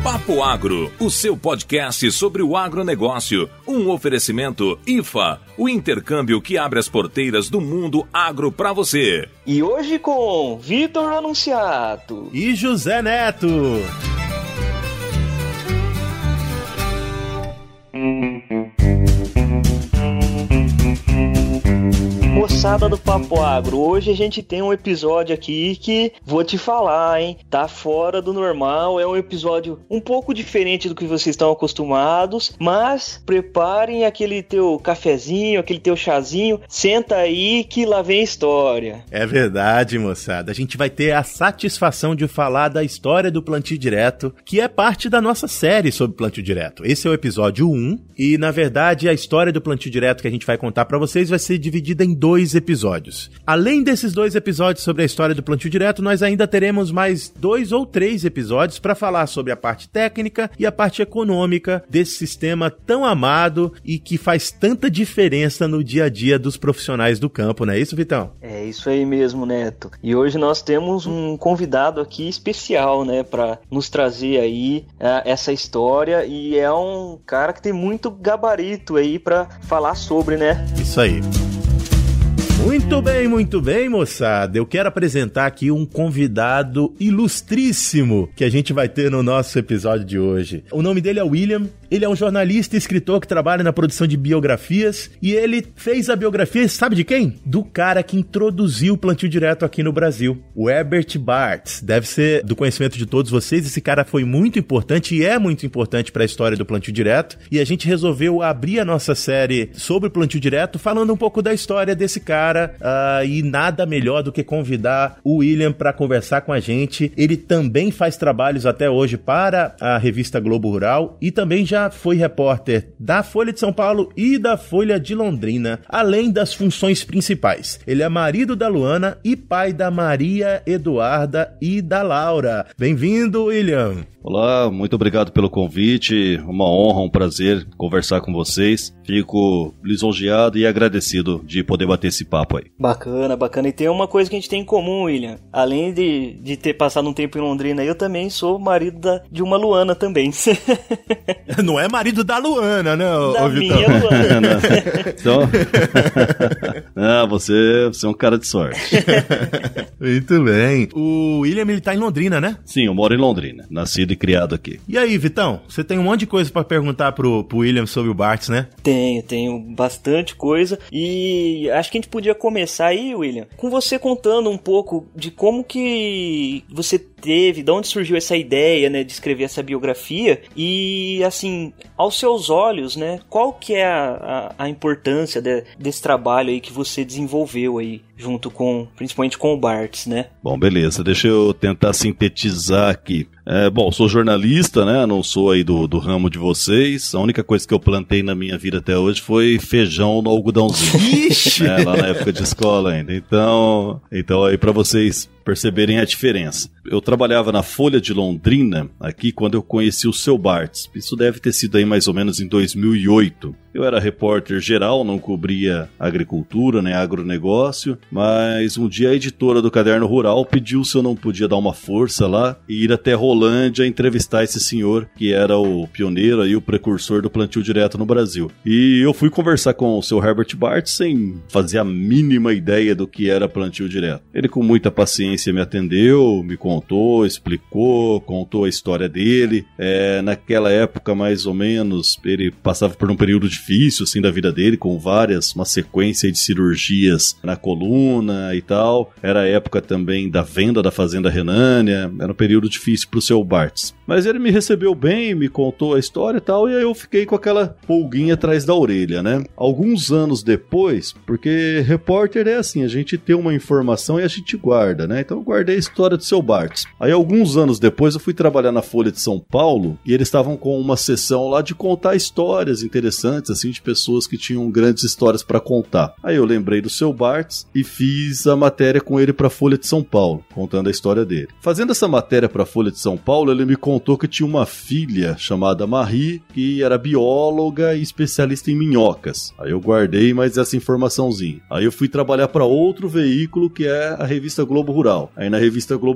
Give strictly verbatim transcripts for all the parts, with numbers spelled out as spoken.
Papo Agro, o seu podcast sobre o agronegócio. Um oferecimento I F A, o intercâmbio que abre as porteiras do mundo agro para você. E hoje com Vitor Anunciato e José Neto. Moçada do Papo Agro, hoje a gente tem um episódio aqui que, vou te falar, hein, tá fora do normal, é um episódio um pouco diferente do que vocês estão acostumados, mas preparem aquele teu cafezinho, aquele teu chazinho, senta aí que lá vem história. É verdade, moçada, a gente vai ter a satisfação de falar da história do plantio direto, que é parte da nossa série sobre plantio direto. Esse é o episódio um, e na verdade a história do plantio direto que a gente vai contar pra vocês vai ser dividida em dois dois episódios. Além desses dois episódios sobre a história do plantio direto, nós ainda teremos mais dois ou três episódios para falar sobre a parte técnica e a parte econômica desse sistema tão amado e que faz tanta diferença no dia a dia dos profissionais do campo, não é isso, Vitão? É isso aí mesmo, Neto. E hoje nós temos um convidado aqui especial, né, para nos trazer aí uh, essa história, e é um cara que tem muito gabarito aí para falar sobre, né? Isso aí. Muito bem, muito bem, moçada. Eu quero apresentar aqui um convidado ilustríssimo que a gente vai ter no nosso episódio de hoje. O nome dele é William. Ele é um jornalista e escritor que trabalha na produção de biografias, e ele fez a biografia, sabe de quem? Do cara que introduziu o plantio direto aqui no Brasil, o Herbert Bartz. Deve ser do conhecimento de todos vocês. Esse cara foi muito importante e é muito importante para a história do plantio direto, e a gente resolveu abrir a nossa série sobre o plantio direto falando um pouco da história desse cara, uh, e nada melhor do que convidar o William para conversar com a gente. Ele também faz trabalhos até hoje para a revista Globo Rural e também já foi repórter da Folha de São Paulo e da Folha de Londrina, além das funções principais. Ele é marido da Luana e pai da Maria Eduarda e da Laura. Bem-vindo, William! Olá, muito obrigado pelo convite, uma honra, um prazer conversar com vocês. Fico lisonjeado e agradecido de poder bater esse papo aí. Bacana, bacana. E tem uma coisa que a gente tem em comum, William. Além de, de ter passado um tempo em Londrina, eu também sou marido da, de uma Luana também. Não é marido da Luana, não, da ô, minha Luana. Então, ah, você, você é um cara de sorte. Muito bem. O William, ele tá em Londrina, né? Sim, eu moro em Londrina, nascido e criado aqui. E aí, Vitão, você tem um monte de coisa pra perguntar pro, pro William sobre o Bartz, né? Tenho, tenho bastante coisa, e acho que a gente podia começar aí, William, com você contando um pouco de como que você teve, de onde surgiu essa ideia, né, de escrever essa biografia, e assim, aos seus olhos, né, qual que é a, a, a importância de, desse trabalho aí que você desenvolveu aí, junto com, principalmente com o Bartz, né? Bom, beleza, deixa eu tentar sintetizar aqui. É, bom, sou jornalista, né, não sou aí do, do ramo de vocês. A única coisa que eu plantei na minha vida até hoje foi feijão no algodãozinho. Ixi! É, lá na época de escola ainda. Então, então aí pra vocês perceberem a diferença. Eu trabalhava na Folha de Londrina, aqui, quando eu conheci o seu Bartz. Isso deve ter sido aí mais ou menos em dois mil e oito. Eu era repórter geral, não cobria agricultura, nem agronegócio, mas um dia a editora do Caderno Rural pediu se eu não podia dar uma força lá e ir até Rolândia entrevistar esse senhor, que era o pioneiro e o precursor do plantio direto no Brasil. E eu fui conversar com o seu Herbert Bartz sem fazer a mínima ideia do que era plantio direto. Ele, com muita paciência, me atendeu, me contou, explicou, contou a história dele. É, naquela época, mais ou menos, ele passava por um período difícil assim, da vida dele, com várias, uma sequência de cirurgias na coluna e tal. Era a época também da venda da Fazenda Renânia, era um período difícil pro seu Bartz. Mas ele me recebeu bem, me contou a história e tal, e aí eu fiquei com aquela pulguinha atrás da orelha, né? Alguns anos depois, porque repórter é assim, a gente tem uma informação e a gente guarda, né? Então eu guardei a história do seu Bartz. Aí alguns anos depois eu fui trabalhar na Folha de São Paulo, e eles estavam com uma sessão lá de contar histórias interessantes, assim, de pessoas que tinham grandes histórias para contar. Aí eu lembrei do seu Bartz e fiz a matéria com ele para a Folha de São Paulo, contando a história dele. Fazendo essa matéria para a Folha de São Paulo, ele me contou que tinha uma filha chamada Marie, que era bióloga e especialista em minhocas. Aí eu guardei mais essa informaçãozinha. Aí eu fui trabalhar para outro veículo, que é a revista Globo Rural. Aí na revista Globo Rural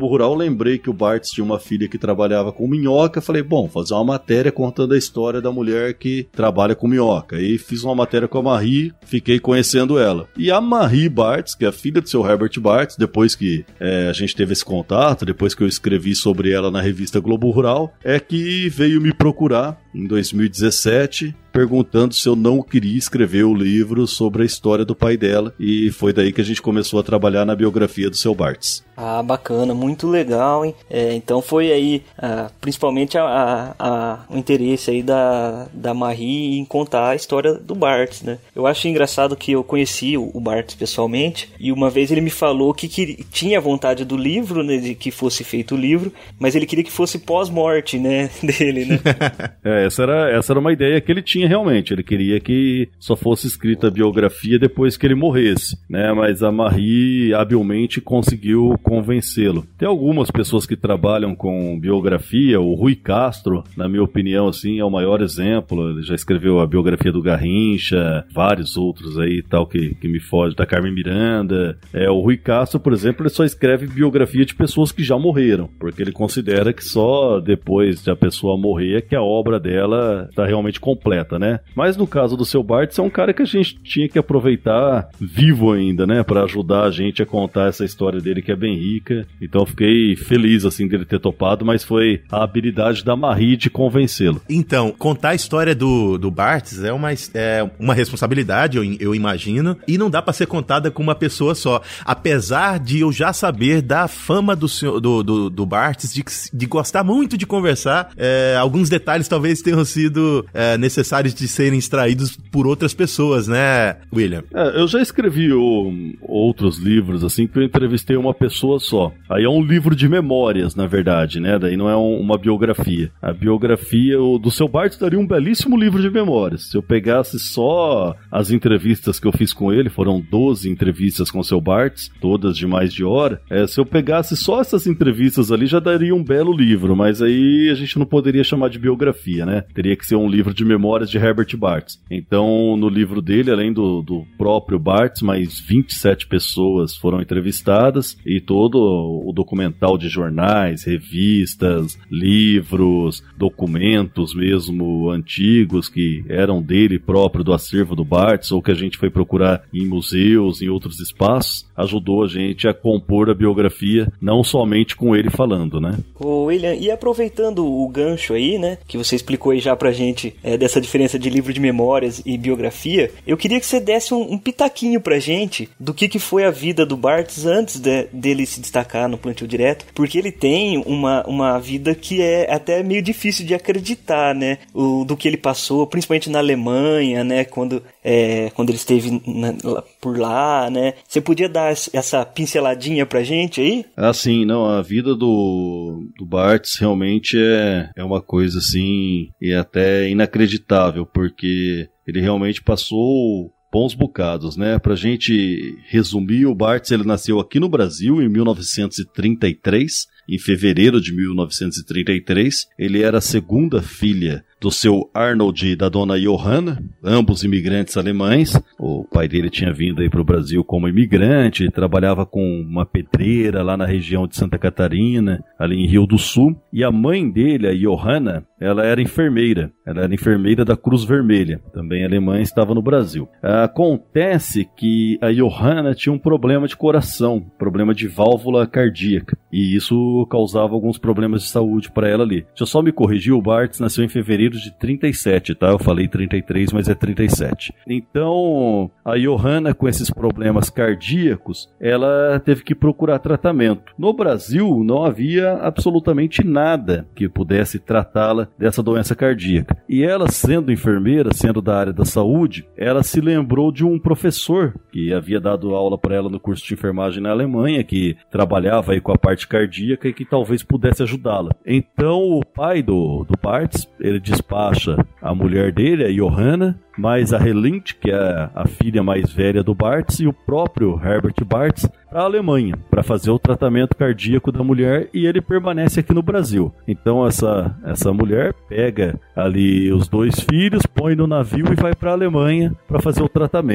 lembrei que o Barthes tinha uma filha que trabalhava com minhoca, falei, bom, fazer uma matéria contando a história da mulher que trabalha com minhoca. Aí fiz uma matéria com a Marie, fiquei conhecendo ela. E a Marie Barthes, que é a filha do seu Herbert Barthes, depois que é, a gente teve esse contato, depois que eu escrevi sobre ela na revista Globo Rural, é que veio me procurar em dois mil e dezessete, perguntando se eu não queria escrever o livro sobre a história do pai dela, e foi daí que a gente começou a trabalhar na biografia do seu Barthes. Ah, bacana, muito legal, hein? É, então foi aí, ah, principalmente a, a, a, o interesse aí da, da Marie em contar a história do Barthes, né? Eu acho engraçado que eu conheci o, o Barthes pessoalmente, e uma vez ele me falou que, que tinha vontade do livro, né, de que fosse feito o livro, mas ele queria que fosse pós-morte, né, dele, né? É, essa era, essa era uma ideia que ele tinha realmente, ele queria que só fosse escrita a biografia depois que ele morresse, né, mas a Marie habilmente conseguiu convencê-lo. Tem algumas pessoas que trabalham com biografia, o Rui Castro, na minha opinião, assim, é o maior exemplo, ele já escreveu a biografia do Garrincha, vários outros aí, tal, que, que me foge, da Carmen Miranda. É, o Rui Castro, por exemplo, ele só escreve biografia de pessoas que já morreram, porque ele considera que só depois de a pessoa morrer é que a obra dela está realmente completa, né? Mas no caso do seu Barthes, é um cara que a gente tinha que aproveitar vivo ainda, né? Para ajudar a gente a contar essa história dele que é bem rica. Então eu fiquei feliz, assim, dele ter topado, mas foi a habilidade da Marie de convencê-lo. Então, contar a história do, do Barthes é uma, é uma responsabilidade, eu, eu imagino, e não dá para ser contada com uma pessoa só. Apesar de eu já saber da fama do, senhor, do, do, do Barthes, de, de gostar muito de conversar, é, alguns detalhes talvez tenham sido é, necessários de serem extraídos por outras pessoas, né, William? É, eu já escrevi o, outros livros, assim, que eu entrevistei uma pessoa só. Aí é um livro de memórias, na verdade, né? Daí não é um, uma biografia. A biografia o, do seu Barthes daria um belíssimo livro de memórias. Se eu pegasse só as entrevistas que eu fiz com ele, foram doze entrevistas com o seu Barthes, todas de mais de hora. É, se eu pegasse só essas entrevistas ali, já daria um belo livro, mas aí a gente não poderia chamar de biografia, né? Teria que ser um livro de memórias de Herbert Barthes. Então, no livro dele, além do, do próprio Barthes, mais vinte e sete pessoas foram entrevistadas, e todo o documental de jornais, revistas, livros, documentos mesmo antigos que eram dele próprio, do acervo do Barthes, ou que a gente foi procurar em museus, em outros espaços, ajudou a gente a compor a biografia, não somente com ele falando, né? Ô William, e aproveitando o gancho aí, né, que você explicou aí já pra gente, é, dessa diferença de livro de memórias e biografia, eu queria que você desse um, um pitaquinho pra gente do que, que foi a vida do Barthes antes de, dele se destacar no Plantio Direto, porque ele tem uma, uma vida que é até meio difícil de acreditar, né, o, do que ele passou, principalmente na Alemanha, né, quando, é, quando ele esteve na, por lá, né. Você podia dar essa pinceladinha pra gente aí? Ah, sim, não, a vida do, do Barthes realmente é, é uma coisa assim, e até inacreditável, porque ele realmente passou bons bocados, né? Pra gente resumir, o Barthes, ele nasceu aqui no Brasil em mil novecentos e trinta e três, em fevereiro de mil novecentos e trinta e três. Ele era a segunda filha do seu Arnold e da dona Johanna, ambos imigrantes alemães. O pai dele tinha vindo aí para o Brasil como imigrante, trabalhava com uma pedreira lá na região de Santa Catarina, ali em Rio do Sul. E a mãe dele, a Johanna, ela era enfermeira. Ela era enfermeira da Cruz Vermelha, também alemã, estava no Brasil. Acontece que a Johanna tinha um problema de coração, problema de válvula cardíaca, e isso causava alguns problemas de saúde para ela ali. Deixa eu só me corrigir, o Barthes nasceu em fevereiro de trinta e sete, tá? Eu falei trinta e três, mas é trinta e sete. Então, a Johanna, com esses problemas cardíacos, ela teve que procurar tratamento. No Brasil, não havia absolutamente nada que pudesse tratá-la dessa doença cardíaca. E ela, sendo enfermeira, sendo da área da saúde, ela se lembrou de um professor que havia dado aula para ela no curso de enfermagem na Alemanha, que trabalhava aí com a parte cardíaca e que talvez pudesse ajudá-la. Então, o pai do, do Barthes, ele despacha a mulher dele, a Johanna, mais a Helint, que é a filha mais velha do Barthes, e o próprio Herbert Barthes para a Alemanha, para fazer o tratamento cardíaco da mulher, e ele permanece aqui no Brasil. Então essa, essa mulher pega ali os dois filhos, põe no navio e vai para a Alemanha para fazer o tratamento.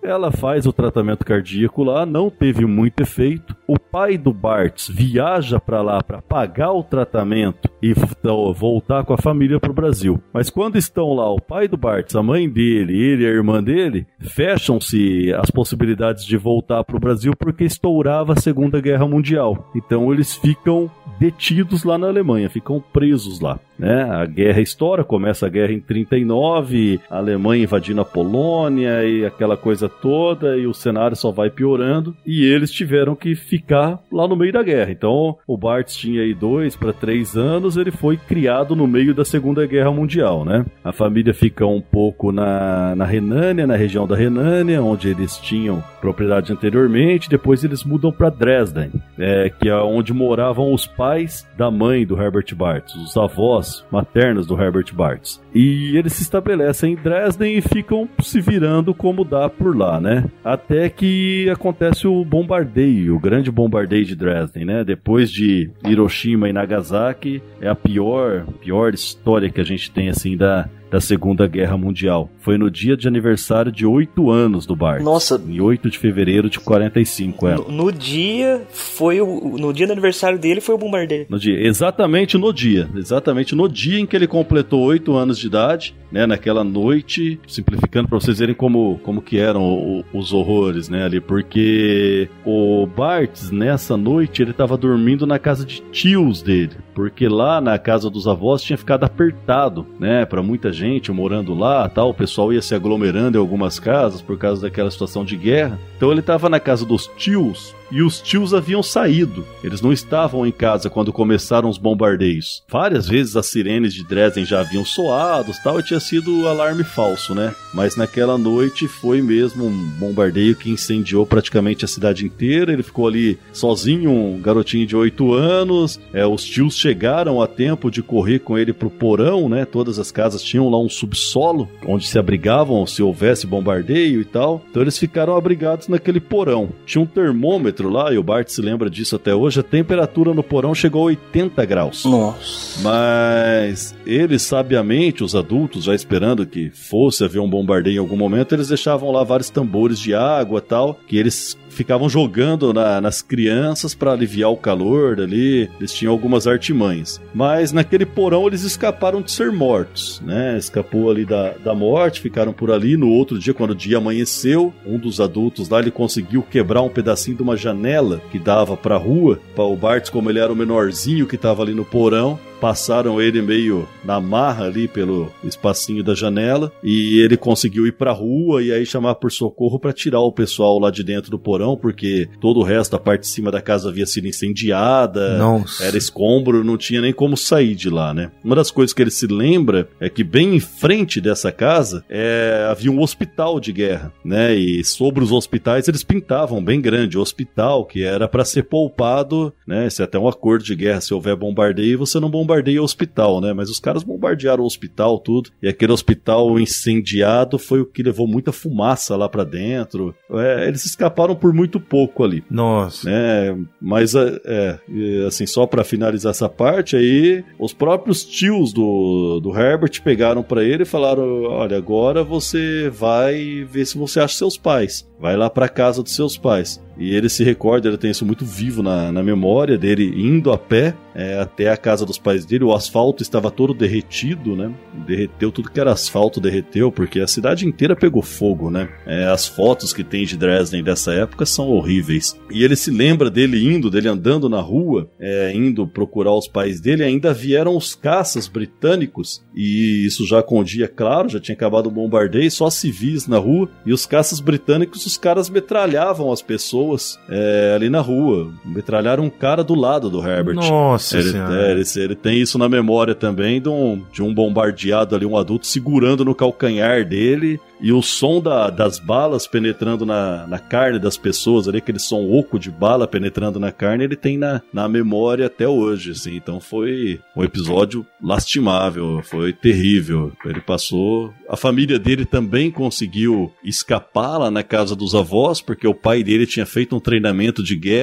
ela faz o tratamento cardíaco lá, não teve muito efeito. O pai do Bartz viaja para lá para pagar o tratamento e então, voltar com a família para o Brasil. Mas quando estão lá o pai do Bartz, a mãe dele, ele e a irmã dele, fecham-se as possibilidades de voltar para o Brasil porque estourava a Segunda Guerra Mundial. Então eles ficam detidos lá na Alemanha, ficam presos lá, né? A guerra estoura, começa a guerra em trinta e nove, a Alemanha invadindo a Polônia e aquela coisa toda, e o cenário só vai piorando, e eles tiveram que ficar lá no meio da guerra. Então o Bartz tinha aí dois para três anos, ele foi criado no meio da Segunda Guerra Mundial, né? A família fica um pouco na, na Renânia, na região da Renânia, onde eles tinham propriedade anteriormente, depois eles mudam para Dresden, é, que é onde moravam os pais da mãe do Herbert Bartz, os avós maternos do Herbert Bartz. E eles se estabelecem em Dresden e ficam se virando como dá por lá, né? Até que acontece o bombardeio, o grande bombardeio de Dresden, né? Depois de Hiroshima e Nagasaki, é a pior, pior história que a gente tem, assim, da... da Segunda Guerra Mundial. Foi no dia de aniversário de oito anos do Bartz. Nossa! Em oito de fevereiro de quarenta e cinco, é. No, no dia, foi o, no dia do aniversário dele foi o bombardeio. No dia, exatamente no dia. Exatamente no dia em que ele completou oito anos de idade, né, naquela noite, simplificando para vocês verem como, como que eram o, os horrores, né, ali, porque o Bartz, nessa noite, ele estava dormindo na casa de tios dele, porque lá na casa dos avós tinha ficado apertado, né, para muita gente morando lá, tal, o pessoal ia se aglomerando em algumas casas por causa daquela situação de guerra. Então ele estava na casa dos tios, e os tios haviam saído. Eles não estavam em casa quando começaram os bombardeios. Várias vezes as sirenes de Dresden já haviam soado, tal, e tinha sido alarme falso, né? Mas naquela noite foi mesmo um bombardeio que incendiou praticamente a cidade inteira. Ele ficou ali sozinho, um garotinho de oito anos. É, os tios chegaram a tempo de correr com ele pro porão, né? Todas as casas tinham lá um subsolo onde se abrigavam se houvesse bombardeio e tal. Então eles ficaram abrigados naquele porão. Tinha um termômetro lá, e o Bart se lembra disso até hoje, a temperatura no porão chegou a oitenta graus. Nossa. Mas eles, sabiamente, os adultos, já esperando que fosse haver um bombardeio em algum momento, eles deixavam lá vários tambores de água e tal, que eles ficavam jogando na, nas crianças para aliviar o calor ali. Eles tinham algumas artimanhas. Mas naquele porão eles escaparam de ser mortos, né? Escapou ali da, da morte, ficaram por ali. No outro dia, quando o dia amanheceu, um dos adultos lá, ele conseguiu quebrar um pedacinho de uma janela que dava para a rua. Para o Bartz, como ele era o menorzinho que estava ali no porão, passaram ele meio na marra ali pelo espacinho da janela, e ele conseguiu ir pra rua e aí chamar por socorro para tirar o pessoal lá de dentro do porão, porque todo o resto, a parte de cima da casa havia sido incendiada. Nossa. Era escombro, não tinha nem como sair de lá, né? Uma das coisas que ele se lembra é que bem em frente dessa casa é, havia um hospital de guerra, né? E sobre os hospitais eles pintavam bem grande o hospital, que era para ser poupado, né? Esse é até um acordo de guerra, se houver bombardeio, você não bombardeia bombardeia o hospital, né? Mas os caras bombardearam o hospital, tudo. E aquele hospital incendiado foi o que levou muita fumaça lá pra dentro. É, eles escaparam por muito pouco ali. Nossa. É, mas, é, assim, só pra finalizar essa parte aí, os próprios tios do, do Herbert pegaram pra ele e falaram: olha, agora você vai ver se você acha seus pais. Vai lá pra casa dos seus pais. E ele se recorda, ele tem isso muito vivo na, na memória dele, indo a pé é, até a casa dos pais dele. O asfalto estava todo derretido, né? Derreteu, tudo que era asfalto derreteu, porque a cidade inteira pegou fogo, né? É, as fotos que tem de Dresden dessa época são horríveis. E ele se lembra dele indo, dele andando na rua, é, indo procurar os pais dele. Ainda vieram os caças britânicos, e isso já com o dia claro, já tinha acabado o bombardeio, só civis na rua, e os caças britânicos, os caras metralhavam as pessoas É, ali na rua. Metralharam um cara do lado do Herbert. Nossa ele, senhora. É, ele, ele tem isso na memória também de um, de um bombardeado ali, um adulto segurando no calcanhar dele, e o som da, das balas penetrando na, na carne das pessoas ali, aquele som oco de bala penetrando na carne, ele tem na, na memória até hoje, assim. Então foi um episódio lastimável, foi terrível. Ele passou... A família dele também conseguiu escapar lá na casa dos avós, porque o pai dele tinha feito um treinamento de guerra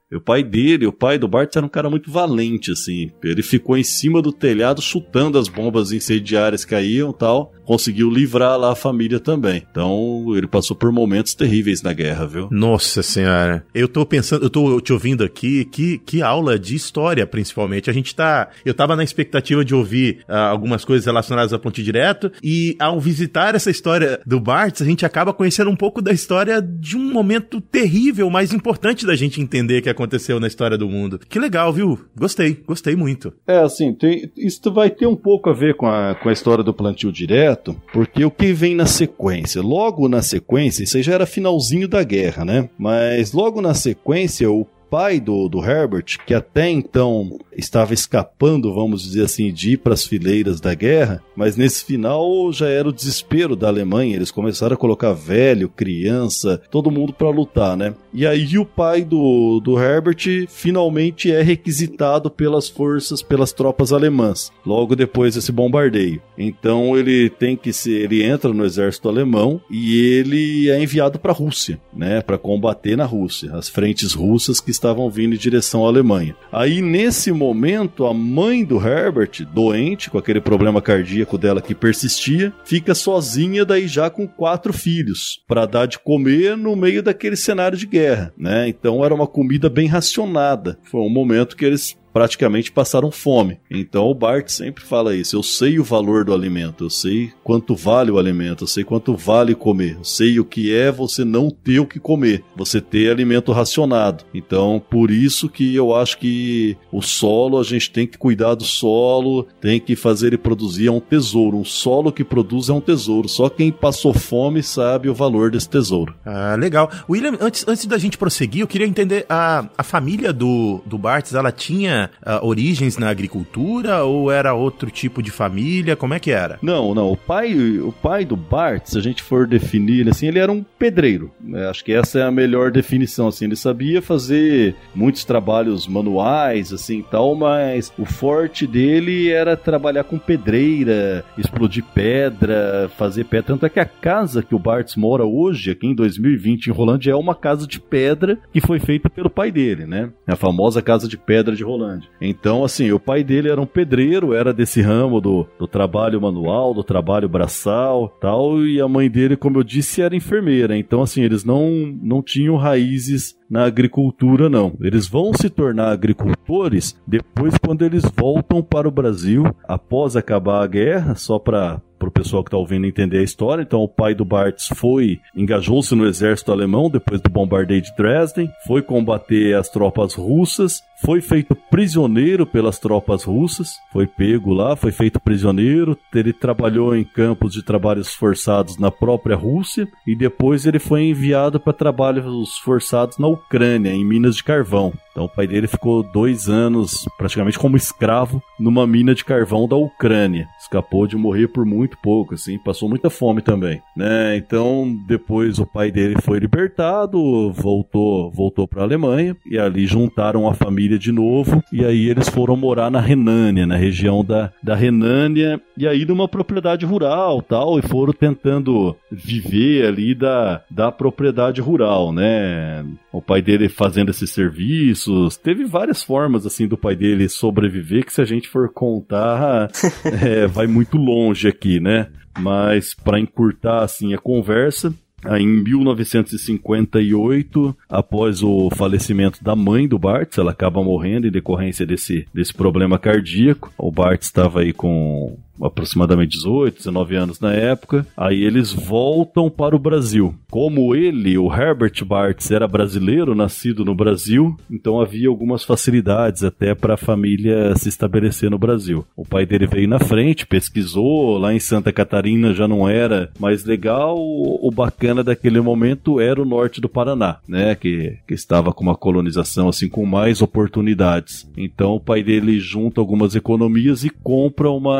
O pai dele, o pai do Bartz era um cara muito valente, assim. Ele ficou em cima do telhado chutando as bombas incendiárias que caíam e tal. Conseguiu livrar lá a família também. Então, ele passou por momentos terríveis na guerra, viu? Nossa senhora. Eu tô pensando, eu tô te ouvindo aqui, que, que aula de história, principalmente. A gente tá... Eu tava na expectativa de ouvir uh, algumas coisas relacionadas a Ponte Direto, e ao visitar essa história do Bartz, a gente acaba conhecendo um pouco da história de um momento terrível, mas importante da gente entender que aconteceu na história do mundo. Que legal, viu? Gostei, gostei muito. É, assim, tem, isso vai ter um pouco a ver com a, com a história do plantio direto, porque o que vem na sequência? Logo na sequência, isso aí já era finalzinho da guerra, né? Mas logo na sequência, o pai do, do Herbert, que até então estava escapando, vamos dizer assim, de ir para as fileiras da guerra, mas nesse final já era o desespero da Alemanha, eles começaram a colocar velho, criança, todo mundo para lutar, né? E aí o pai do, do Herbert finalmente é requisitado pelas forças, pelas tropas alemãs, logo depois desse bombardeio. Então ele tem que ser, ele entra no exército alemão e ele é enviado para a Rússia, né? Para combater na Rússia, as frentes russas que estavam vindo em direção à Alemanha. Aí nesse momento a mãe do Herbert, doente com aquele problema cardíaco dela que persistia, fica sozinha daí já com quatro filhos para dar de comer no meio daquele cenário de guerra, né? Então era uma comida bem racionada. Foi um momento que eles praticamente passaram fome. Então o Bart sempre fala isso, eu sei o valor do alimento, eu sei quanto vale o alimento, eu sei quanto vale comer, eu sei o que é você não ter o que comer, você ter alimento racionado. Então por isso que eu acho que o solo, a gente tem que cuidar do solo, tem que fazer ele produzir, é um tesouro, um solo que produz é um tesouro, só quem passou fome sabe o valor desse tesouro. Ah, legal. William, antes, antes da gente prosseguir, eu queria entender, a, a família do, do Bartz, ela tinha Uh, origens na agricultura ou era outro tipo de família? Como é que era? Não, não. O pai, o pai do Bart, se a gente for definir ele assim, ele era um pedreiro, né? Acho que essa é a melhor definição, assim. Ele sabia fazer muitos trabalhos manuais, assim, tal, mas o forte dele era trabalhar com pedreira, explodir pedra, fazer pedra. Tanto é que a casa que o Bart mora hoje, aqui em dois mil e vinte, em Rolândia, é uma casa de pedra que foi feita pelo pai dele, né? A famosa casa de pedra de Rolândia. Então, assim, o pai dele era um pedreiro, era desse ramo do, do trabalho manual, do trabalho braçal, tal, e a mãe dele, como eu disse, era enfermeira. Então, assim, eles não, não tinham raízes na agricultura, não. Eles vão se tornar agricultores depois quando eles voltam para o Brasil, após acabar a guerra, só para para o pessoal que está ouvindo entender a história. Então o pai do Bartz foi, engajou-se no exército alemão depois do bombardeio de Dresden, foi combater as tropas russas, foi feito prisioneiro pelas tropas russas, foi pego lá, foi feito prisioneiro, ele trabalhou em campos de trabalhos forçados na própria Rússia e depois ele foi enviado para trabalhos forçados na Ucrânia, em minas de carvão. Então o pai dele ficou dois anos praticamente como escravo numa mina de carvão da Ucrânia. Escapou de morrer por muito pouco, assim, passou muita fome também, né? Então depois o pai dele foi libertado, voltou, voltou para a Alemanha e ali juntaram a família de novo e aí eles foram morar na Renânia, na região da, da Renânia e aí numa propriedade rural, tal, e foram tentando viver ali da, da propriedade rural, né? O pai dele fazendo esses serviços, teve várias formas assim do pai dele sobreviver que se a gente for contar é, vai muito longe aqui, né? Mas para encurtar assim a conversa, aí, em mil novecentos e cinquenta e oito, após o falecimento da mãe do Bartz, ela acaba morrendo em decorrência desse, desse problema cardíaco. O Bartz estava aí com aproximadamente dezoito, dezenove anos na época. Aí eles voltam para o Brasil. Como ele, o Herbert Bartz, era brasileiro, nascido no Brasil, então havia algumas facilidades até para a família se estabelecer no Brasil. O pai dele veio na frente, pesquisou, lá em Santa Catarina já não era mais legal. O bacana daquele momento era o norte do Paraná, né, que, que estava com uma colonização assim com mais oportunidades. Então o pai dele junta algumas economias e compra uma, uma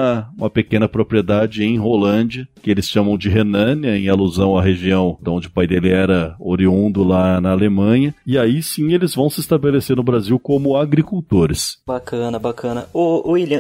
uma pequena propriedade em Rolândia, que eles chamam de Renânia, em alusão à região de onde o pai dele era oriundo lá na Alemanha. E aí sim eles vão se estabelecer no Brasil como agricultores. Bacana, bacana. Ô, William,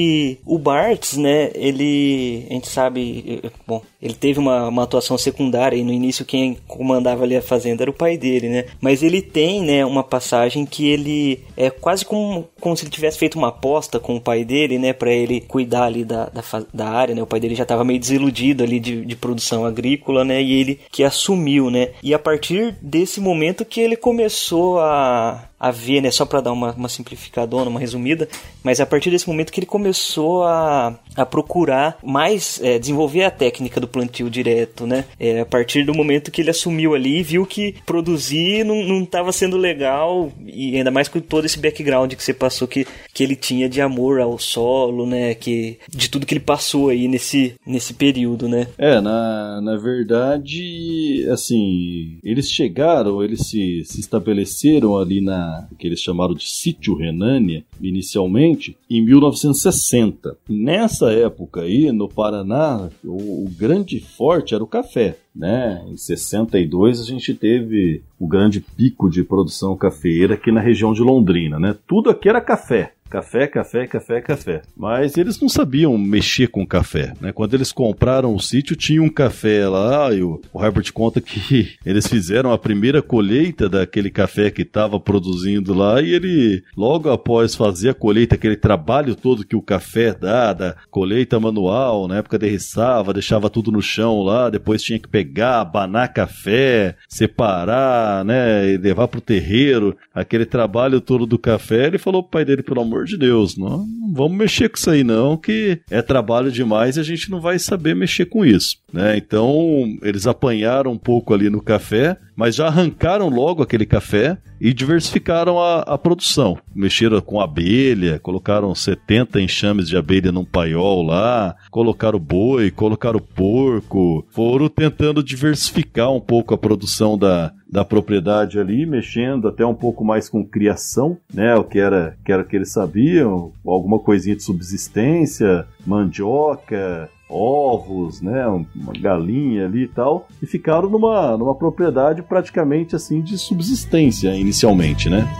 e o Bartz, né, ele, a gente sabe, bom, ele teve uma, uma atuação secundária e no início quem comandava ali a fazenda era o pai dele, né, mas ele tem, né, uma passagem que ele é quase como, como se ele tivesse feito uma aposta com o pai dele, né, pra ele cuidar ali da, da, da área, né, o pai dele já estava meio desiludido ali de, de produção agrícola, né, e ele que assumiu, né, e a partir desse momento que ele começou a... a ver, né, só para dar uma, uma simplificadona, uma resumida, mas a partir desse momento que ele começou a, a procurar mais, é, desenvolver a técnica do plantio direto, né, é, a partir do momento que ele assumiu ali e viu que produzir não estava sendo legal, e ainda mais com todo esse background que você passou, que, que ele tinha de amor ao solo, né, que, de tudo que ele passou aí nesse, nesse período, né. É, na, na verdade, assim, eles chegaram, eles se, se estabeleceram ali na que eles chamaram de Sítio Renânia, inicialmente, em mil novecentos e sessenta. Nessa época aí, no Paraná, o, o grande forte era o café, né? Em sessenta e dois a gente teve o grande pico de produção cafeeira aqui na região de Londrina, né? Tudo aqui era café. Café, café, café, café. Mas eles não sabiam mexer com café, né? Quando eles compraram o sítio, tinha um café lá, e o, o Herbert conta que eles fizeram a primeira colheita daquele café que estava produzindo lá, e ele, logo após fazer a colheita, aquele trabalho todo que o café dá, da colheita manual, na época derriçava, deixava tudo no chão lá, depois tinha que pegar, abanar café, separar, né, e levar pro terreiro, aquele trabalho todo do café. Ele falou pro pai dele, pelo amor de Deus, não, não vamos mexer com isso aí não, que é trabalho demais e a gente não vai saber mexer com isso, né? Então eles apanharam um pouco ali no café, mas já arrancaram logo aquele café e diversificaram a, a produção. Mexeram com abelha, colocaram setenta enxames de abelha num paiol lá, colocaram boi, colocaram porco, foram tentando diversificar um pouco a produção da, da propriedade ali, mexendo até um pouco mais com criação, né, o que era, que era que eles sabiam, alguma coisinha de subsistência, mandioca, ovos, né, uma galinha ali e tal, e ficaram numa, numa propriedade praticamente assim de subsistência inicialmente, né?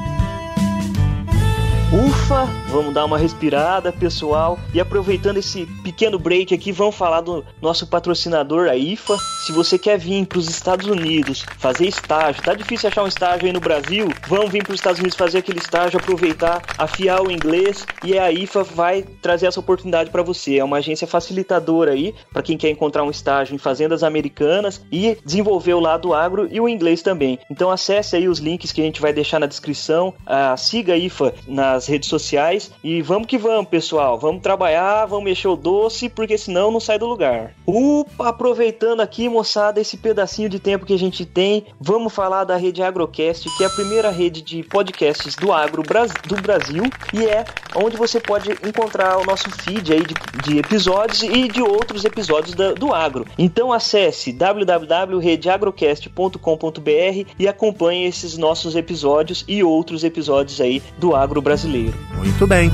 Ufa, vamos dar uma respirada, pessoal. E aproveitando esse pequeno break aqui, vamos falar do nosso patrocinador, a I F A. Se você quer vir para os Estados Unidos fazer estágio, tá difícil achar um estágio aí no Brasil? Vamos vir para os Estados Unidos fazer aquele estágio, aproveitar, afiar o inglês, e a I F A vai trazer essa oportunidade para você. É uma agência facilitadora aí, para quem quer encontrar um estágio em fazendas americanas e desenvolver o lado agro e o inglês também. Então acesse aí os links que a gente vai deixar na descrição, uh, siga a I F A nas redes sociais e vamos que vamos, pessoal, vamos trabalhar, vamos mexer o doce, porque senão não sai do lugar. Upa, aproveitando aqui, moçada, esse pedacinho de tempo que a gente tem, vamos falar da rede Agrocast, que é a primeira rede de podcasts do agro do Brasil, e é onde você pode encontrar o nosso feed aí de, de episódios e de outros episódios da, do agro. Então acesse w w w ponto rede agrocast ponto com ponto b r e acompanhe esses nossos episódios e outros episódios aí do agro brasileiro. Muito bem.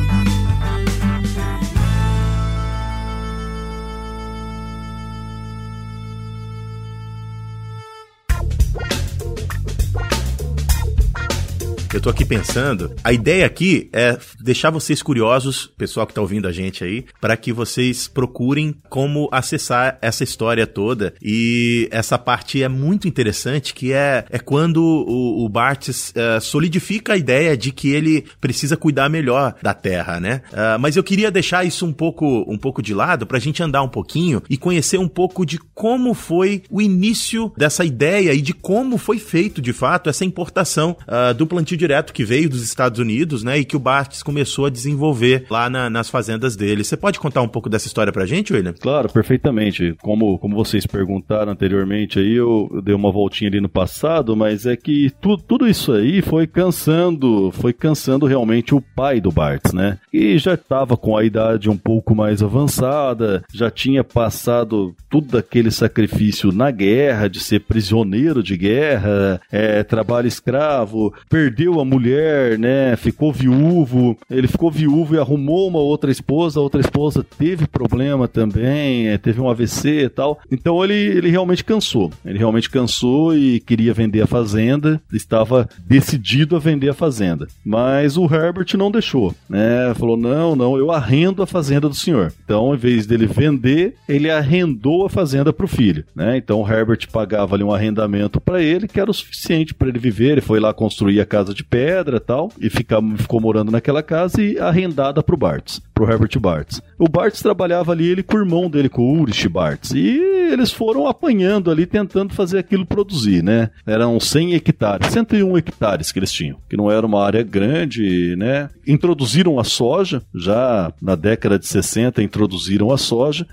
Eu tô aqui pensando, a ideia aqui é deixar vocês curiosos, pessoal que tá ouvindo a gente aí, para que vocês procurem como acessar essa história toda. E essa parte é muito interessante, que é, é quando o, o Bartz uh, solidifica a ideia de que ele precisa cuidar melhor da terra, né? Uh, mas eu queria deixar isso um pouco, um pouco de lado pra gente andar um pouquinho e conhecer um pouco de como foi o início dessa ideia e de como foi feito, de fato, essa importação uh, do plantio direto que veio dos Estados Unidos, né, e que o Bartz começou a desenvolver lá na, nas fazendas dele. Você pode contar um pouco dessa história pra gente, William? Claro, perfeitamente. Como, como vocês perguntaram anteriormente, aí eu, eu dei uma voltinha ali no passado, mas é que tu, tudo isso aí foi cansando, foi cansando realmente o pai do Bartz, né, e já estava com a idade um pouco mais avançada, já tinha passado tudo aquele sacrifício na guerra, de ser prisioneiro de guerra, é, trabalho escravo, perdeu perdeu a mulher, né, ficou viúvo, ele ficou viúvo e arrumou uma outra esposa, a outra esposa teve problema também, teve um A V C e tal, então ele, ele realmente cansou, ele realmente cansou e queria vender a fazenda, estava decidido a vender a fazenda, mas o Herbert não deixou, né, falou, não, não, eu arrendo a fazenda do senhor, então em vez dele vender, ele arrendou a fazenda para o filho, né, então o Herbert pagava ali um arrendamento para ele, que era o suficiente para ele viver, ele foi lá construir a casa de pedra e tal, e fica, ficou morando naquela casa e arrendada pro Bartz, pro Herbert Bartz. O Bartz trabalhava ali, ele com o irmão dele, com o Ulrich Bartz, e eles foram apanhando ali, tentando fazer aquilo produzir, né? Eram cem hectares, cento e um hectares que eles tinham, que não era uma área grande, né? Introduziram a soja, já na década de sessenta introduziram a soja,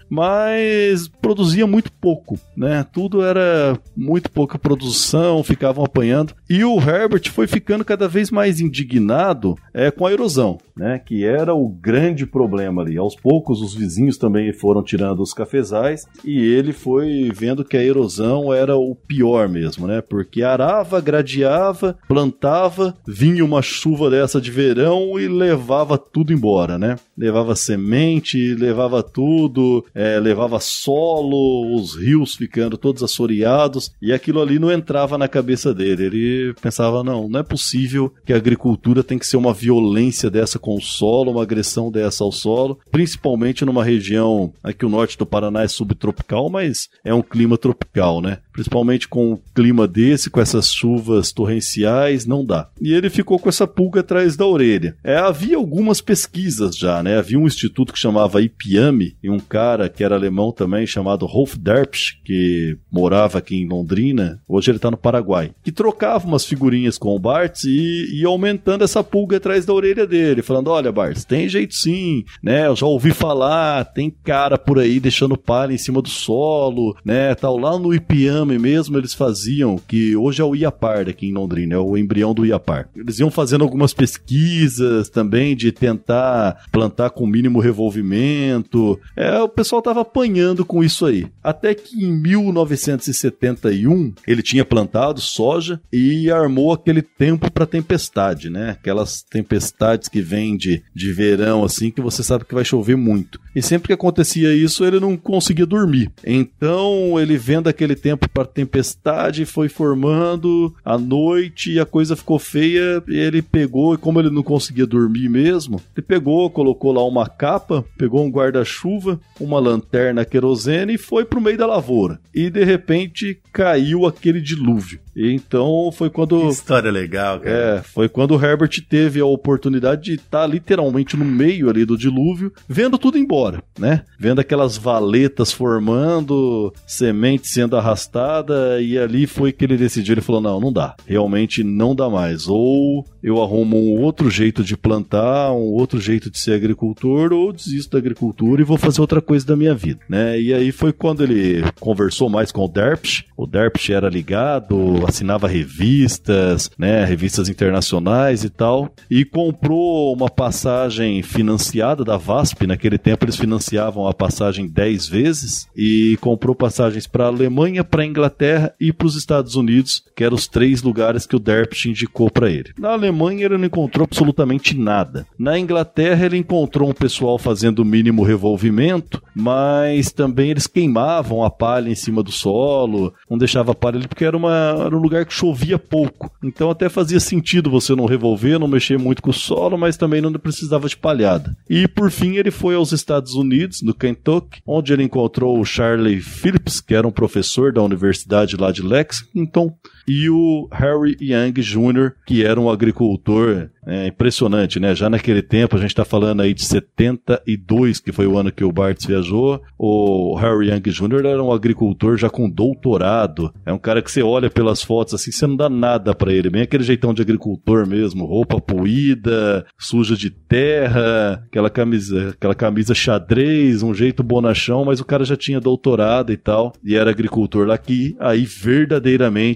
mas produzia muito pouco, né? Tudo era muito pouca produção, ficavam apanhando, e o Herbert foi ficando cada vez mais indignado é, com a erosão, né? Que era o grande problema ali. Aos poucos os vizinhos também foram tirando os cafezais e ele foi vendo que a erosão era o pior mesmo, né? Porque arava, gradeava, plantava, vinha uma chuva dessa de verão e levava tudo embora, né? Levava semente, levava tudo, é, levava solo, os rios ficando todos assoreados, e aquilo ali não entrava na cabeça dele. Ele pensava, não, não é possível que a agricultura tem que ser uma violência dessa com o solo, uma agressão dessa ao solo, principalmente numa região, aqui o norte do Paraná é subtropical, mas é um clima tropical, né? Principalmente com um clima desse, com essas chuvas torrenciais, não dá. E ele ficou com essa pulga atrás da orelha. É, havia algumas pesquisas já, né? Havia um instituto que chamava I P A M, e um cara que era alemão também, chamado Rolf Derpsch, que morava aqui em Londrina, hoje ele tá no Paraguai, que trocava umas figurinhas com o Bartz e ia aumentando essa pulga atrás da orelha dele, falando, olha Bartz, tem jeito sim, né? Eu já ouvi falar, tem cara por aí deixando palha em cima do solo, né? Tal, lá no I P A M mesmo eles faziam, que hoje é o IAPAR aqui em Londrina, é o embrião do IAPAR. Eles iam fazendo algumas pesquisas também de tentar plantar com mínimo revolvimento. É, o pessoal tava apanhando com isso aí. Até que em mil novecentos e setenta e um ele tinha plantado soja e armou aquele tempo para tempestade, né? Aquelas tempestades que vêm de, de verão assim, que você sabe que vai chover muito. E sempre que acontecia isso, ele não conseguia dormir. Então, ele vendo aquele tempo para tempestade, foi formando à noite e a coisa ficou feia. Ele pegou, e como ele não conseguia dormir mesmo, ele pegou, colocou lá uma capa, pegou um guarda-chuva, uma lanterna querosene e foi pro meio da lavoura. E de repente caiu aquele dilúvio. E então foi quando... Que história legal, cara. É, foi quando o Herbert teve a oportunidade de estar literalmente no meio ali do dilúvio, vendo tudo embora, né? Vendo aquelas valetas formando, semente sendo arrastada, e ali foi que ele decidiu, ele falou, não, não dá, realmente não dá mais, ou eu arrumo um outro jeito de plantar, um outro jeito de ser agricultor, ou desisto da agricultura e vou fazer outra coisa da minha vida, né? E aí foi quando ele conversou mais com o Derpsch, o Derpsch era ligado, assinava revistas, né, revistas internacionais e tal, e comprou uma passagem financiada da V A S P. Naquele tempo eles financiavam a passagem dez vezes, e comprou passagens para a Alemanha, para a Inglaterra e para os Estados Unidos, que eram os três lugares que o Derpsch indicou para ele. Na Alemanha ele não encontrou absolutamente nada. Na Inglaterra ele encontrou um pessoal fazendo o mínimo revolvimento, mas também eles queimavam a palha em cima do solo, não deixava a palha ali porque era, uma, era um lugar que chovia pouco. Então até fazia sentido você não revolver, não mexer muito com o solo, mas também não precisava de palhada. E por fim ele foi aos Estados Unidos, no Kentucky, onde ele encontrou o Charlie Phillips, que era um professor da universidade lá de Lexington, e o Harry Young Júnior, que era um agricultor é, impressionante, né? Já naquele tempo, a gente está falando aí de setenta e dois, que foi o ano que o Bartz viajou, o Harry Young Júnior era um agricultor já com doutorado, é um cara que você olha pelas fotos assim, você não dá nada pra ele, bem aquele jeitão de agricultor mesmo, roupa poída, suja de terra, aquela camisa, aquela camisa xadrez, um jeito bonachão, mas o cara já tinha doutorado e tal, e era agricultor lá que aí verdadeiramente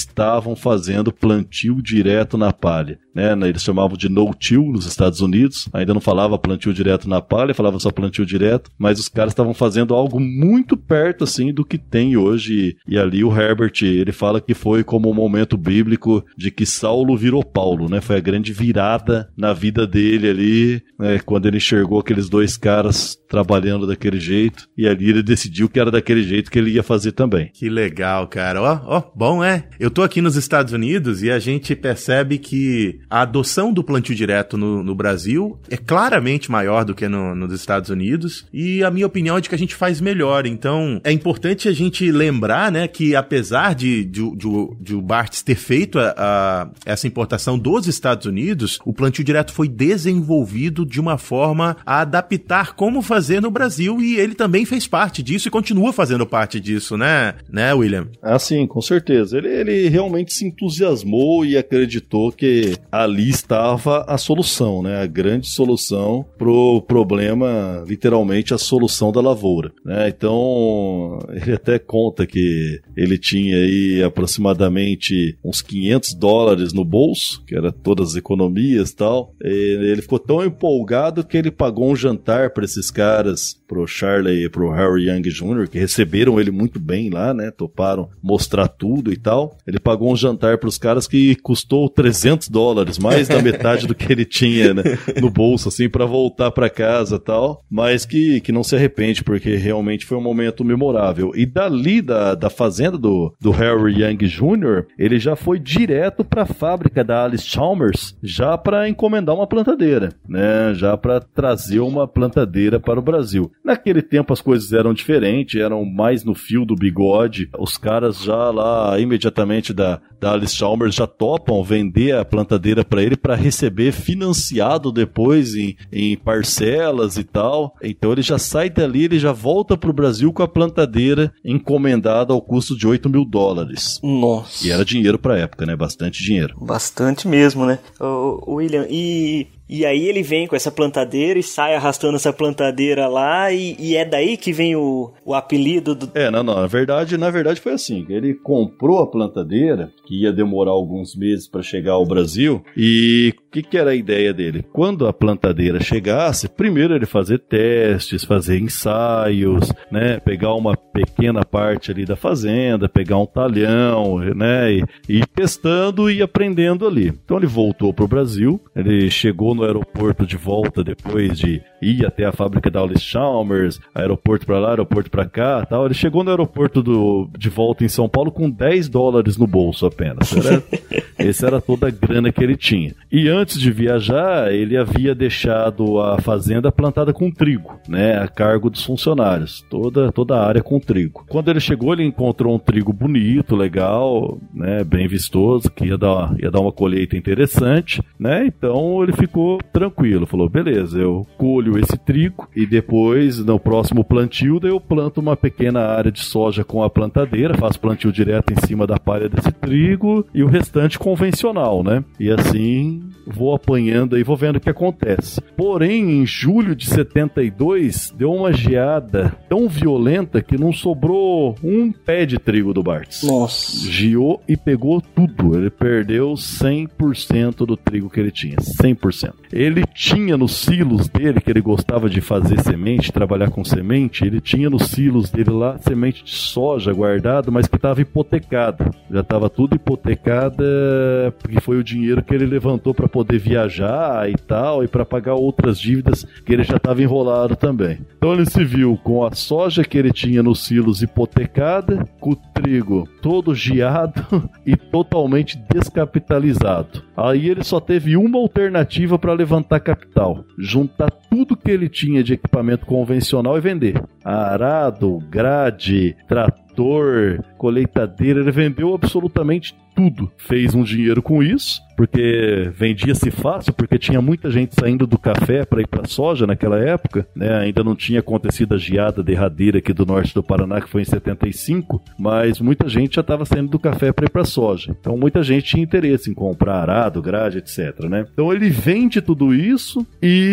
estavam fazendo plantio direto na palha, né? Eles chamavam de no-till nos Estados Unidos, ainda não falava plantio direto na palha, falava só plantio direto, mas os caras estavam fazendo algo muito perto, assim, do que tem hoje. E ali o Herbert, ele fala que foi como um momento bíblico de que Saulo virou Paulo, né? Foi a grande virada na vida dele ali, né? Quando ele enxergou aqueles dois caras trabalhando daquele jeito, e ali ele decidiu que era daquele jeito que ele ia fazer também. Que legal, cara. Ó, ó, bom, é? Eu tô aqui nos Estados Unidos e a gente percebe que a adoção do plantio direto no, no Brasil é claramente maior do que no, nos Estados Unidos, e a minha opinião é de que a gente faz melhor. Então, é importante a gente lembrar, né, que apesar de, de, de, de o Bartz ter feito a, a, essa importação dos Estados Unidos, o plantio direto foi desenvolvido de uma forma a adaptar como fazer no Brasil, e ele também fez parte disso e continua fazendo parte disso, né, né, William? Ah, sim, com certeza. Ele, ele realmente se entusiasmou e acreditou que ali estava a solução, né, a grande solução pro problema, literalmente a solução da lavoura, né? Então, ele até conta que ele tinha aí aproximadamente uns quinhentos dólares no bolso, que era todas as economias e tal. Ele ficou tão empolgado que ele pagou um jantar para esses caras, pro Charlie e pro Harry Young Júnior, que receberam ele muito bem lá, né? Toparam mostrar tudo e tal. Ele pagou um jantar pros caras que custou trezentos dólares, mais da metade do que ele tinha, né, no bolso, assim, pra voltar pra casa e tal. Mas que, que não se arrepende, porque realmente foi um momento memorável. E dali, da, da fazenda do, do Harry Young Júnior, ele já foi direto pra fábrica da Allis Chalmers, já pra encomendar uma plantadeira, né? Já pra trazer uma plantadeira para o Brasil. Naquele tempo as coisas eram diferentes, eram mais no fio do bigode. Os caras já lá, imediatamente da, da Allis Chalmers, já topam vender a plantadeira para ele para receber financiado depois em, em parcelas e tal. Então ele já sai dali, ele já volta para o Brasil com a plantadeira encomendada ao custo de oito mil dólares. Nossa. E era dinheiro para a época, né? Bastante dinheiro. Bastante mesmo, né? Ô, William, e... E aí ele vem com essa plantadeira e sai arrastando essa plantadeira lá, e, e é daí que vem o, o apelido do... É, não, não, na verdade, na verdade foi assim, ele comprou a plantadeira, que ia demorar alguns meses para chegar ao Brasil, e o que, que era a ideia dele? Quando a plantadeira chegasse, primeiro ele fazer testes, fazer ensaios, né, pegar uma pequena parte ali da fazenda, pegar um talhão, né, e, e ir testando e aprendendo ali. Então ele voltou pro Brasil, ele chegou no aeroporto de volta depois de ir até a fábrica da Allis Chalmers, aeroporto pra lá, aeroporto pra cá, tal. Ele chegou no aeroporto do, de volta em São Paulo com dez dólares no bolso apenas. Era, essa era toda a grana que ele tinha. E antes de viajar, ele havia deixado a fazenda plantada com trigo, né, a cargo dos funcionários, toda, toda a área com trigo. Quando ele chegou, ele encontrou um trigo bonito, legal, né, bem vistoso, que ia dar, ia dar uma colheita interessante, né, então ele ficou tranquilo, falou, beleza, eu colho esse trigo e depois, no próximo plantio, daí eu planto uma pequena área de soja com a plantadeira, faço plantio direto em cima da palha desse trigo e o restante convencional, né? E assim vou apanhando aí, vou vendo o que acontece. Porém, em julho de setenta e dois, deu uma geada tão violenta que não sobrou um pé de trigo do Bartz. Nossa. Giou e pegou tudo. Ele perdeu cem por cento do trigo que ele tinha. cem por cento. Ele tinha nos silos dele, que ele gostava de fazer semente, trabalhar com semente, ele tinha nos silos dele lá semente de soja guardado, mas que estava hipotecado. Já estava tudo hipotecada, porque foi o dinheiro que ele levantou para poder viajar e tal, e para pagar outras dívidas que ele já estava enrolado também. Então ele se viu com a soja que ele tinha nos silos hipotecada, com o trigo todo giado e totalmente descapitalizado. Aí ele só teve uma alternativa para levantar capital: juntar tudo que ele tinha de equipamento convencional e vender. Arado, grade, trator, colheitadeira, ele vendeu absolutamente tudo. Fez um dinheiro com isso, porque vendia-se fácil, porque tinha muita gente saindo do café para ir para soja naquela época, né? Ainda não tinha acontecido a geada derradeira aqui do norte do Paraná, que foi em setenta e cinco, mas muita gente já estava saindo do café para ir para soja. Então muita gente tinha interesse em comprar arado, grade, etcétera, né? Então ele vende tudo isso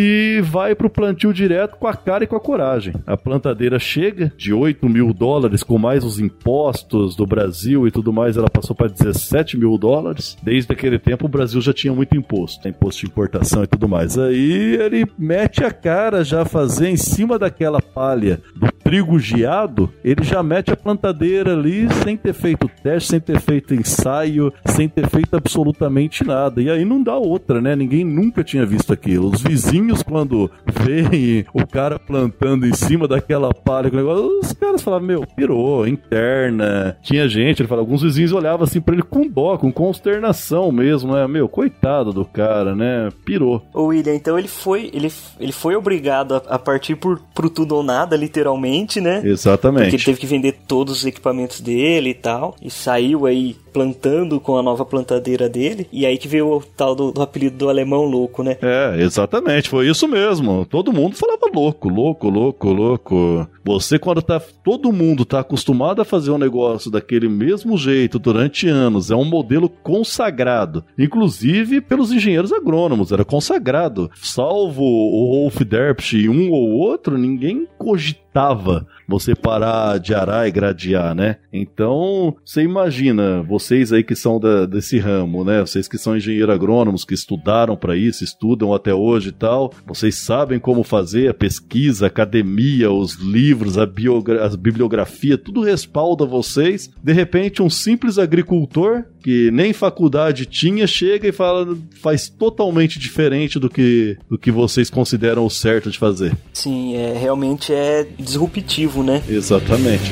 e vai para o plantio direto com a cara e com a coragem. A plantadeira chega de oito mil dólares, com mais os impostos do Brasil e tudo mais, ela passou para dezessete sete mil dólares. Desde aquele tempo o Brasil já tinha muito imposto, imposto de importação e tudo mais. Aí ele mete a cara já fazer em cima daquela palha do trigo geado, ele já mete a plantadeira ali sem ter feito teste, sem ter feito ensaio, sem ter feito absolutamente nada. E aí não dá outra, né? Ninguém nunca tinha visto aquilo. Os vizinhos, quando veem o cara plantando em cima daquela palha, os caras falavam, meu, pirou, interna. Tinha gente, ele fala, alguns vizinhos olhavam assim pra ele com dó, com consternação mesmo, né? Meu, coitado do cara, né? Pirou. Ô William, então ele foi, ele, ele foi obrigado a, a partir por, pro tudo ou nada, literalmente, né? Exatamente. Porque ele teve que vender todos os equipamentos dele e tal, e saiu aí plantando com a nova plantadeira dele, e aí que veio o tal do, do apelido do alemão louco, né? É, exatamente, foi isso mesmo. Todo mundo falava louco, louco, louco, louco. Você, quando tá, todo mundo tá acostumado a fazer um negócio daquele mesmo jeito durante anos, é um modelo consagrado, inclusive pelos engenheiros agrônomos, era consagrado. Salvo o Rolf Derpsch e um ou outro, ninguém cogitava você parar de arar e gradear, né? Então, você imagina, vocês aí que são da, desse ramo, né? Vocês que são engenheiros agrônomos, que estudaram para isso, estudam até hoje e tal, vocês sabem como fazer a pesquisa, a academia, os livros, a, biogra- a bibliografia, tudo respalda vocês. De repente, um simples agricultor, que nem faculdade tinha, chega e fala, faz totalmente diferente do que, do que vocês consideram o certo de fazer. Sim, é, realmente é disruptivo, né? Exatamente.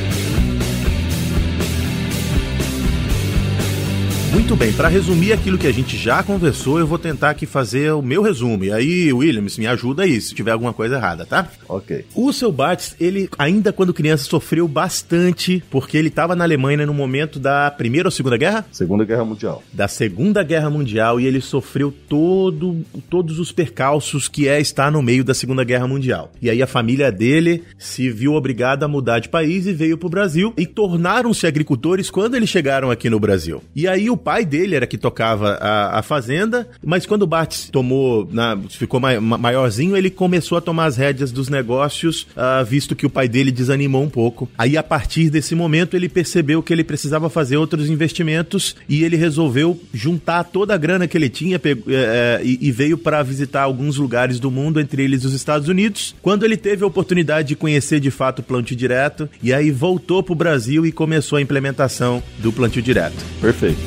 Muito bem, para resumir aquilo que a gente já conversou, eu vou tentar aqui fazer o meu resumo. E aí, Williams, me ajuda aí se tiver alguma coisa errada, tá? Ok. O seu Barthes, ele ainda quando criança sofreu bastante, porque ele estava na Alemanha no momento da Primeira ou Segunda Guerra? Segunda Guerra Mundial. Da Segunda Guerra Mundial, e ele sofreu todo, todos os percalços que é estar no meio da Segunda Guerra Mundial. E aí a família dele se viu obrigada a mudar de país e veio pro Brasil, e tornaram-se agricultores quando eles chegaram aqui no Brasil. E aí o pai dele era que tocava a, a fazenda, mas quando o Barthes tomou, na, ficou ma, ma, maiorzinho, ele começou a tomar as rédeas dos negócios, uh, visto que o pai dele desanimou um pouco. Aí, a partir desse momento, ele percebeu que ele precisava fazer outros investimentos e ele resolveu juntar toda a grana que ele tinha pegou, é, e, e veio para visitar alguns lugares do mundo, entre eles os Estados Unidos, quando ele teve a oportunidade de conhecer de fato o plantio direto, e aí voltou para o Brasil e começou a implementação do plantio direto. Perfeito.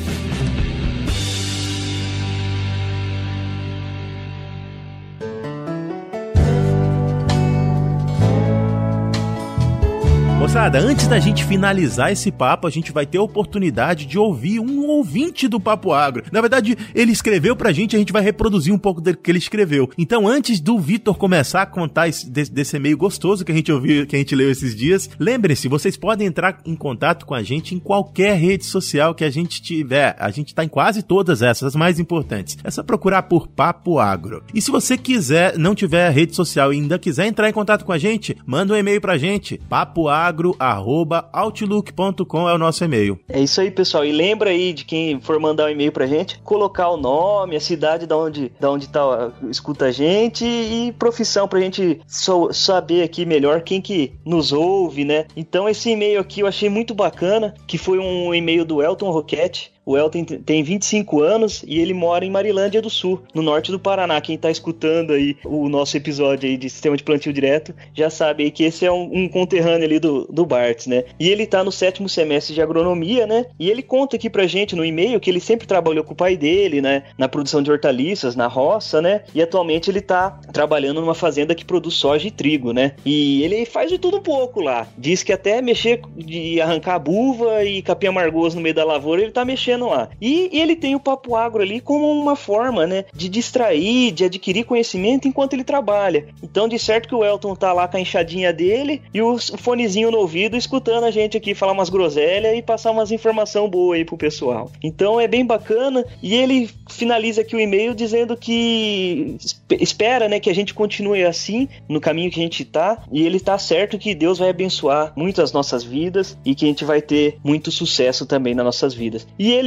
Moçada, antes da gente finalizar esse papo, a gente vai ter a oportunidade de ouvir um ouvinte do Papo Agro. Na verdade, ele escreveu pra gente, a gente vai reproduzir um pouco do que ele escreveu. Então, antes do Vitor começar a contar esse, desse, desse e-mail gostoso que a gente ouviu, que a gente leu esses dias, lembrem-se, vocês podem entrar em contato com a gente em qualquer rede social que a gente tiver. A gente tá em quase todas essas, as mais importantes. É só procurar por Papo Agro. E se você quiser, não tiver rede social e ainda quiser entrar em contato com a gente, manda um e-mail pra gente, papoagro arroba outlook ponto com é o nosso e-mail. É isso aí, pessoal. E lembra aí de quem for mandar um e-mail pra gente, colocar o nome, a cidade da onde, da onde tá, escuta a gente e profissão pra gente so, saber aqui melhor quem que nos ouve, né? Então esse e-mail aqui eu achei muito bacana, que foi um e-mail do Elton Roquette. O Elton tem vinte e cinco anos e ele mora em Marilândia do Sul, no norte do Paraná. Quem tá escutando aí o nosso episódio aí de Sistema de Plantio Direto já sabe aí que esse é um, um conterrâneo ali do, do Barthes, né? E ele tá no sétimo semestre de agronomia, né? E ele conta aqui pra gente no e-mail que ele sempre trabalhou com o pai dele, né? Na produção de hortaliças, na roça, né? E atualmente ele tá trabalhando numa fazenda que produz soja e trigo, né? E ele faz de tudo um pouco lá. Diz que até mexer, de arrancar a buva e capim amargoso no meio da lavoura, ele tá mexendo lá. E, e ele tem o Papo Agro ali como uma forma, né, de distrair, de adquirir conhecimento enquanto ele trabalha. Então, de certo que o Elton tá lá com a enxadinha dele e o fonezinho no ouvido, escutando a gente aqui falar umas groselhas e passar umas informação boa aí pro pessoal. Então, é bem bacana. E ele finaliza aqui o e-mail dizendo que espera, né, que a gente continue assim, no caminho que a gente tá. E ele tá certo que Deus vai abençoar muito as nossas vidas e que a gente vai ter muito sucesso também nas nossas vidas. E ele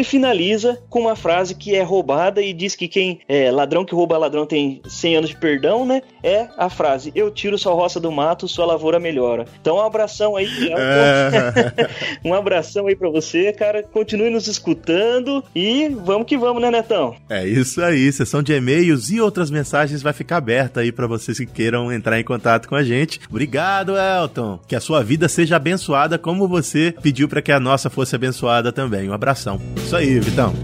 ele finaliza com uma frase que é roubada e diz que quem é ladrão que rouba ladrão tem cem anos de perdão, né? É a frase: eu tiro sua roça do mato, sua lavoura melhora. Então um abração aí, um abração aí pra você, cara. Continue nos escutando e vamos que vamos, né, Netão? É isso aí, sessão de e-mails e outras mensagens vai ficar aberta aí pra vocês que queiram entrar em contato com a gente. Obrigado, Elton. Que a sua vida seja abençoada como você pediu pra que a nossa fosse abençoada também. Um abração. Isso aí, Vitão.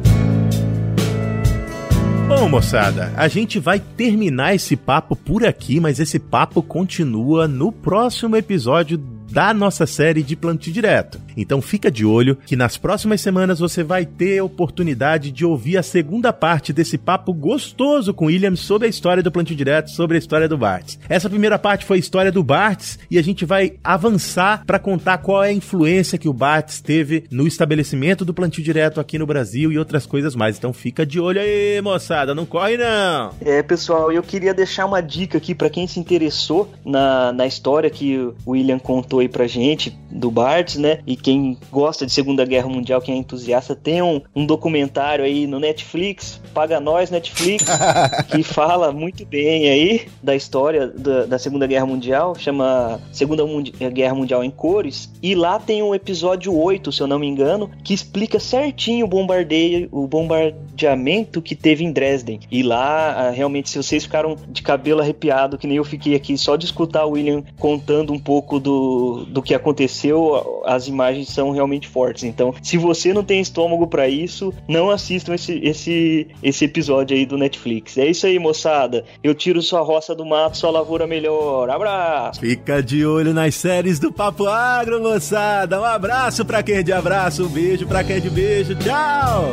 Bom, moçada, a gente vai terminar esse papo por aqui, mas esse papo continua no próximo episódio da nossa série de Plantio Direto. Então fica de olho que nas próximas semanas você vai ter a oportunidade de ouvir a segunda parte desse papo gostoso com o William sobre a história do Plantio Direto, sobre a história do Bartz. Essa primeira parte foi a história do Bartz e a gente vai avançar para contar qual é a influência que o Bartz teve no estabelecimento do Plantio Direto aqui no Brasil e outras coisas mais. Então fica de olho aí, moçada, não corre não! É, pessoal, eu queria deixar uma dica aqui para quem se interessou na, na história que o William contou aí pra gente, do Bartz, né? E quem gosta de Segunda Guerra Mundial, quem é entusiasta, tem um, um documentário aí no Netflix, paga nós, Netflix, que fala muito bem aí da história da, da Segunda Guerra Mundial, chama Segunda Mundi- Guerra Mundial em Cores, e lá tem um episódio oito, se eu não me engano, que explica certinho o bombardeio, o bombardeamento que teve em Dresden. E lá, realmente, se vocês ficaram de cabelo arrepiado, que nem eu fiquei aqui, só de escutar o William contando um pouco do do que aconteceu, as imagens são realmente fortes. Então, se você não tem estômago pra isso, não assistam esse, esse, esse episódio aí do Netflix. É isso aí, moçada. Eu tiro sua roça do mato, sua lavoura melhor. Abraço! Fica de olho nas séries do Papo Agro, moçada. Um abraço pra quem é de abraço, um beijo pra quem é de beijo. Tchau!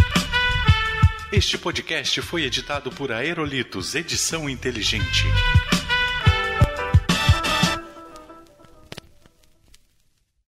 Este podcast foi editado por Aerolitos Edição Inteligente.